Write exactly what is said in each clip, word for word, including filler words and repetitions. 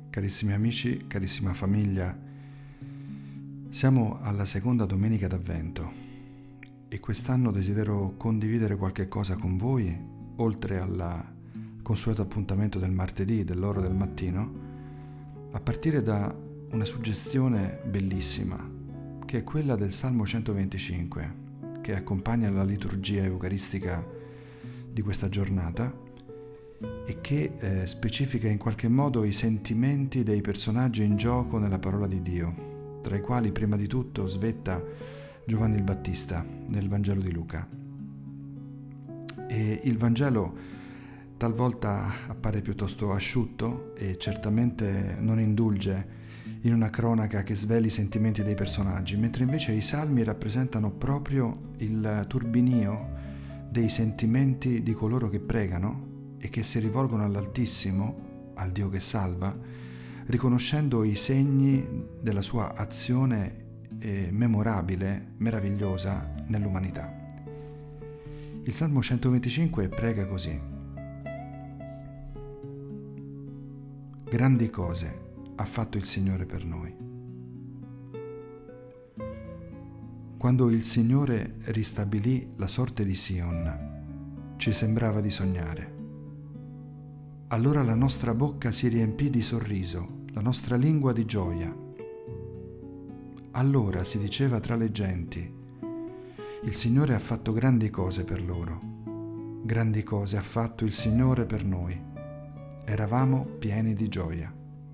Carissimi amici, carissima famiglia, siamo alla seconda domenica d'Avvento e quest'anno desidero condividere qualche cosa con voi, oltre al consueto appuntamento del martedì, dell'oro del mattino, a partire da una suggestione bellissima, che è quella del Salmo centoventicinque, che accompagna la liturgia eucaristica di questa giornata e che eh, specifica in qualche modo i sentimenti dei personaggi in gioco nella parola di Dio, tra i quali prima di tutto svetta Giovanni il Battista nel Vangelo di Luca. E il Vangelo talvolta appare piuttosto asciutto e certamente non indulge in una cronaca che sveli i sentimenti dei personaggi, mentre invece i salmi rappresentano proprio il turbinio dei sentimenti di coloro che pregano e che si rivolgono all'Altissimo, al Dio che salva, riconoscendo i segni della sua azione eh, memorabile, meravigliosa nell'umanità. Il Salmo centoventicinque prega così: grandi cose ha fatto il Signore per noi. Quando il Signore ristabilì la sorte di Sion, ci sembrava di sognare. Allora la nostra bocca si riempì di sorriso, la nostra lingua di gioia. Allora si diceva tra le genti: il Signore ha fatto grandi cose per loro. Grandi cose ha fatto il Signore per noi. Eravamo pieni di gioia.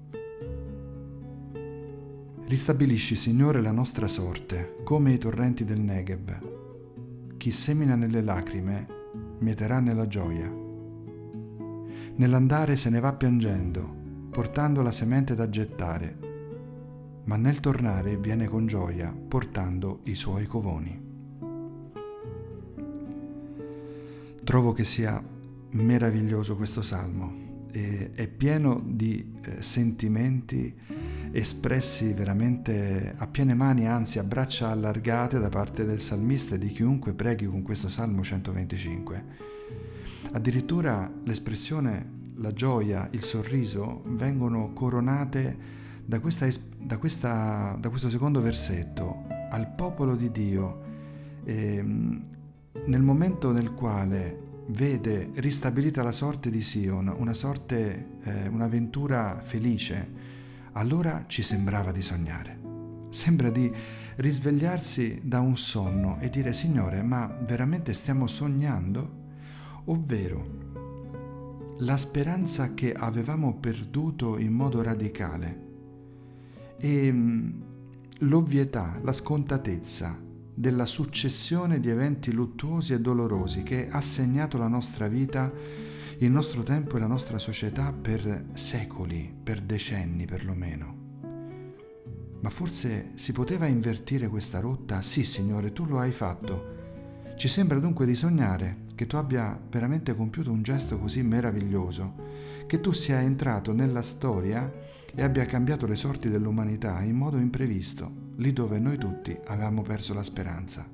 Ristabilisci, Signore, la nostra sorte, come i torrenti del Negev. Chi semina nelle lacrime mieterà nella gioia. Nell'andare se ne va piangendo, portando la semente da gettare, ma nel tornare viene con gioia, portando i suoi covoni. Trovo che sia meraviglioso questo salmo, e è pieno di eh, sentimenti espressi veramente a piene mani, anzi a braccia allargate da parte del salmista e di chiunque preghi con questo Salmo centoventicinque. Addirittura l'espressione, la gioia, il sorriso vengono coronate da, questa, da, questa, da questo secondo versetto al popolo di Dio, e, nel momento nel quale vede ristabilita la sorte di Sion, una sorte, eh, un'avventura felice, allora ci sembrava di sognare. Sembra di risvegliarsi da un sonno e dire: Signore, ma veramente stiamo sognando? Ovvero, la speranza che avevamo perduto in modo radicale e l'ovvietà, la scontatezza della successione di eventi luttuosi e dolorosi che ha segnato la nostra vita, il nostro tempo e la nostra società per secoli, per decenni perlomeno. Ma forse si poteva invertire questa rotta? Sì, Signore, tu lo hai fatto. Ci sembra dunque di sognare che tu abbia veramente compiuto un gesto così meraviglioso, che tu sia entrato nella storia e abbia cambiato le sorti dell'umanità in modo imprevisto, lì dove noi tutti avevamo perso la speranza.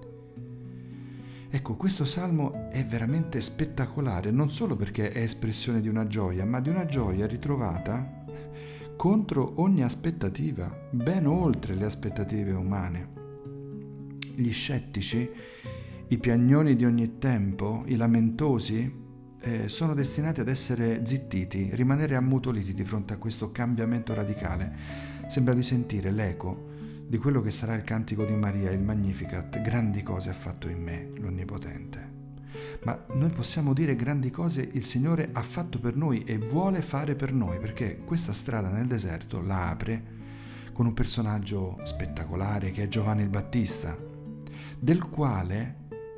Ecco, questo salmo è veramente spettacolare, non solo perché è espressione di una gioia, ma di una gioia ritrovata contro ogni aspettativa, ben oltre le aspettative umane. Gli scettici, i piagnoni di ogni tempo, i lamentosi, eh, sono destinati ad essere zittiti, rimanere ammutoliti di fronte a questo cambiamento radicale. Sembra di sentire l'eco di quello che sarà il cantico di Maria, il Magnificat: grandi cose ha fatto in me l'Onnipotente. Ma noi possiamo dire: grandi cose il Signore ha fatto per noi e vuole fare per noi, perché questa strada nel deserto la apre con un personaggio spettacolare che è Giovanni il Battista, del quale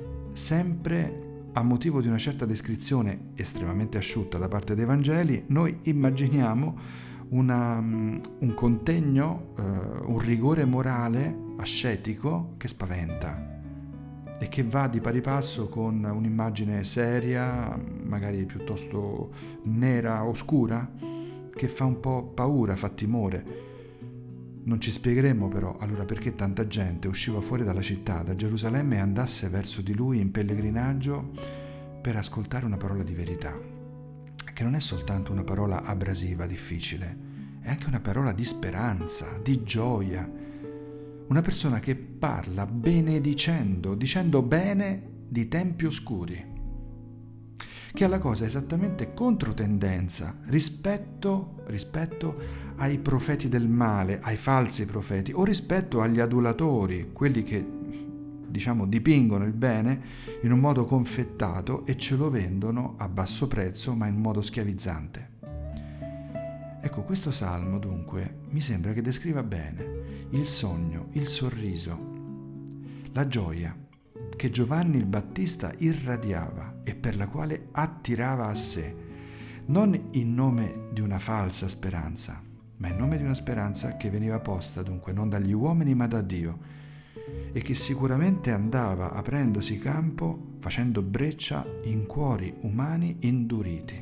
sempre a motivo di una certa descrizione estremamente asciutta da parte dei Vangeli, noi immaginiamo una, un contegno, uh, un rigore morale ascetico che spaventa e che va di pari passo con un'immagine seria, magari piuttosto nera, oscura, che fa un po' paura, fa timore. Non ci spiegheremo però allora perché tanta gente usciva fuori dalla città, da Gerusalemme, e andasse verso di lui in pellegrinaggio per ascoltare una parola di verità, che non è soltanto una parola abrasiva, difficile, è anche una parola di speranza, di gioia. Una persona che parla benedicendo, dicendo bene di tempi oscuri, che ha la cosa esattamente controtendenza rispetto, rispetto ai profeti del male, ai falsi profeti, o rispetto agli adulatori, quelli che, diciamo, dipingono il bene in un modo confettato e ce lo vendono a basso prezzo, ma in modo schiavizzante. Ecco, questo salmo, dunque, mi sembra che descriva bene il sogno, il sorriso, la gioia che Giovanni il Battista irradiava e per la quale attirava a sé, non in nome di una falsa speranza, ma in nome di una speranza che veniva posta dunque non dagli uomini ma da Dio, e che sicuramente andava aprendosi campo, facendo breccia in cuori umani induriti.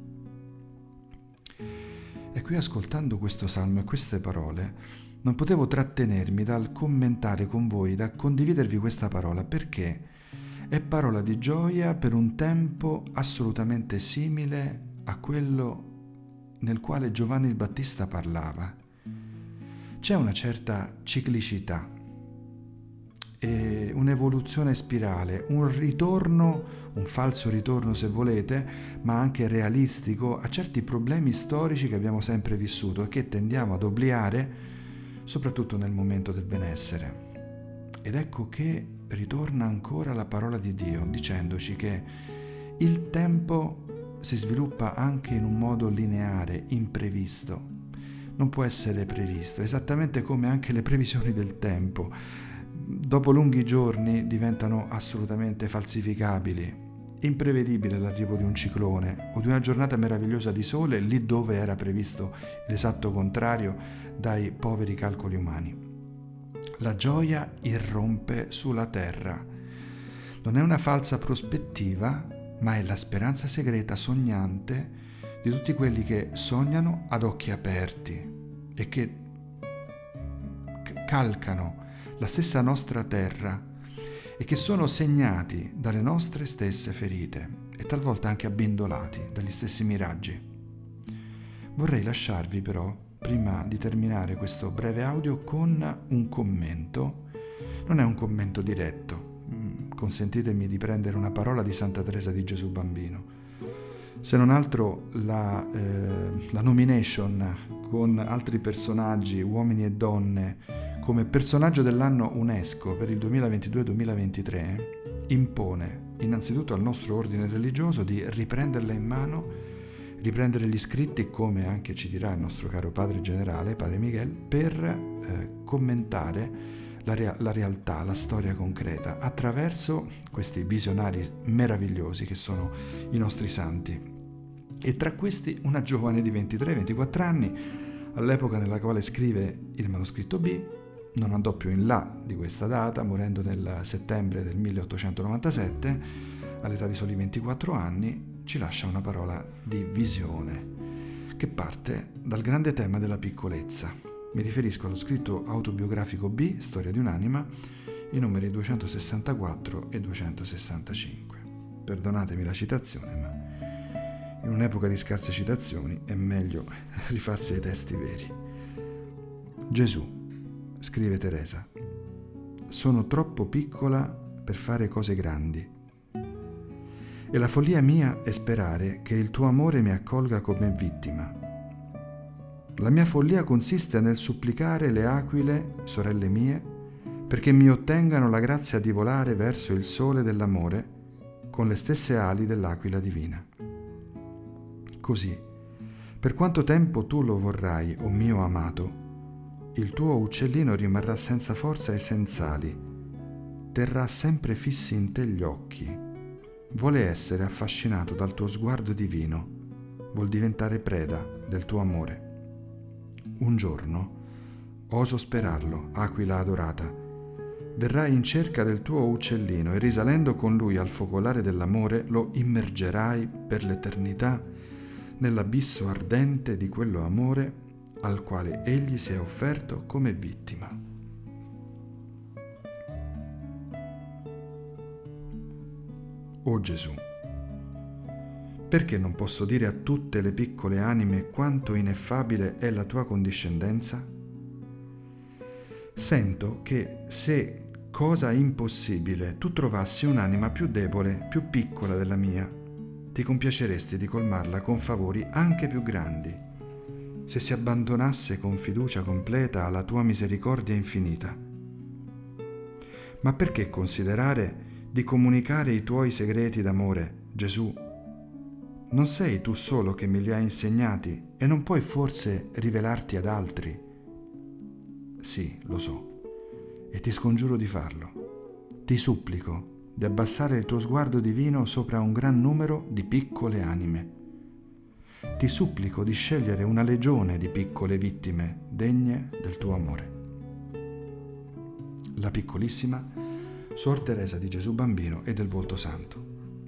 E qui, ascoltando questo salmo e queste parole, non potevo trattenermi dal commentare con voi, da condividervi questa parola, perché è parola di gioia per un tempo assolutamente simile a quello nel quale Giovanni il Battista parlava. C'è una certa ciclicità, e un'evoluzione spirale, un ritorno, un falso ritorno se volete, ma anche realistico a certi problemi storici che abbiamo sempre vissuto e che tendiamo ad obliare, soprattutto nel momento del benessere. Ed ecco che ritorna ancora la parola di Dio dicendoci che il tempo si sviluppa anche in un modo lineare, imprevisto. Non può essere previsto, esattamente come anche le previsioni del tempo. Dopo lunghi giorni diventano assolutamente falsificabili. Imprevedibile l'arrivo di un ciclone o di una giornata meravigliosa di sole lì dove era previsto l'esatto contrario dai poveri calcoli umani. La gioia irrompe sulla terra. Non è una falsa prospettiva, ma è la speranza segreta sognante di tutti quelli che sognano ad occhi aperti e che calcano la stessa nostra terra e che sono segnati dalle nostre stesse ferite e talvolta anche abbindolati dagli stessi miraggi. Vorrei lasciarvi però, prima di terminare questo breve audio, con un commento. Non è un commento diretto, consentitemi di prendere una parola di Santa Teresa di Gesù Bambino. Se non altro la, eh, la nomination con altri personaggi, uomini e donne, come personaggio dell'anno UNESCO per il duemilaventidue duemilaventitré, impone innanzitutto al nostro ordine religioso di riprenderla in mano, riprendere gli scritti, come anche ci dirà il nostro caro padre generale, padre Miguel, per eh, commentare la, rea- la realtà, la storia concreta, attraverso questi visionari meravigliosi che sono i nostri santi. E tra questi una giovane di ventitré ventiquattro anni, all'epoca nella quale scrive il manoscritto B, non andò più in là di questa data, morendo nel settembre del milleottocentonovantasette, all'età di soli ventiquattro anni, ci lascia una parola di visione, che parte dal grande tema della piccolezza. Mi riferisco allo scritto autobiografico B, Storia di un'anima, i numeri duecentosessantaquattro e duecentosessantacinque. Perdonatemi la citazione, ma in un'epoca di scarse citazioni è meglio rifarsi ai testi veri. Gesù, scrive Teresa, sono troppo piccola per fare cose grandi e la follia mia è sperare che il tuo amore mi accolga come vittima. La mia follia consiste nel supplicare le aquile, sorelle mie, perché mi ottengano la grazia di volare verso il sole dell'amore con le stesse ali dell'aquila divina. Così, per quanto tempo tu lo vorrai, o mio amato, il tuo uccellino rimarrà senza forza e senza ali, terrà sempre fissi in te gli occhi, vuole essere affascinato dal tuo sguardo divino, vuol diventare preda del tuo amore. Un giorno, oso sperarlo, aquila adorata, verrai in cerca del tuo uccellino e risalendo con lui al focolare dell'amore lo immergerai per l'eternità nell'abisso ardente di quello amore al quale egli si è offerto come vittima. O Gesù, Perché non posso dire a tutte le piccole anime quanto ineffabile è la tua condiscendenza? Sento che se, cosa impossibile, tu trovassi un'anima più debole, più piccola della mia, ti compiaceresti di colmarla con favori anche più grandi, se si abbandonasse con fiducia completa alla tua misericordia infinita. Ma perché considerare di comunicare i tuoi segreti d'amore, Gesù? Non sei tu solo che me li hai insegnati e non puoi forse rivelarti ad altri? Sì, lo so, e ti scongiuro di farlo. Ti supplico di abbassare il tuo sguardo divino sopra un gran numero di piccole anime. Ti supplico di scegliere una legione di piccole vittime degne del tuo amore. La piccolissima Suor Teresa di Gesù Bambino e del Volto Santo.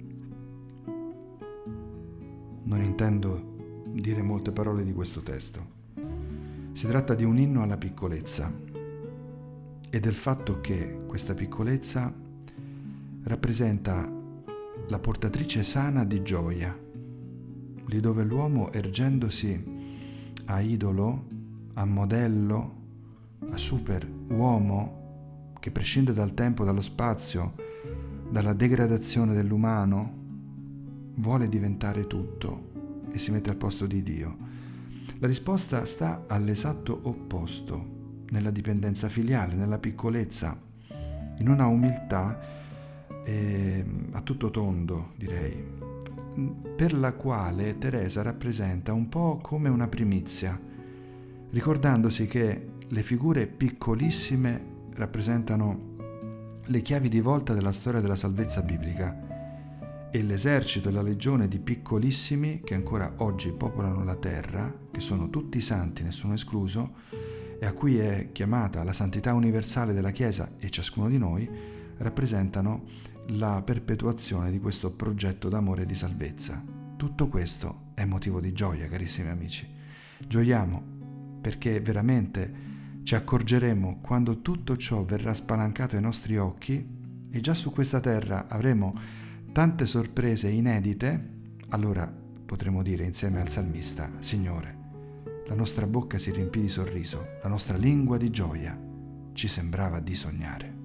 Non intendo dire molte parole di questo testo. Si tratta di un inno alla piccolezza e del fatto che questa piccolezza rappresenta la portatrice sana di gioia, lì dove l'uomo, ergendosi a idolo, a modello, a super uomo che prescinde dal tempo, dallo spazio, dalla degradazione dell'umano, vuole diventare tutto e si mette al posto di Dio. La risposta sta all'esatto opposto, nella dipendenza filiale, nella piccolezza, in una umiltà eh, a tutto tondo, direi, per la quale Teresa rappresenta un po' come una primizia, ricordandosi che le figure piccolissime rappresentano le chiavi di volta della storia della salvezza biblica e l'esercito e la legione di piccolissimi che ancora oggi popolano la terra, che sono tutti santi, nessuno escluso, e a cui è chiamata la santità universale della Chiesa e ciascuno di noi, rappresentano la perpetuazione di questo progetto d'amore e di salvezza. Tutto questo è motivo di gioia, carissimi amici. Gioiamo perché veramente ci accorgeremo quando tutto ciò verrà spalancato ai nostri occhi e già su questa terra avremo tante sorprese inedite. Allora potremo dire insieme al salmista: Signore, la nostra bocca si riempì di sorriso, la nostra lingua di gioia, ci sembrava di sognare.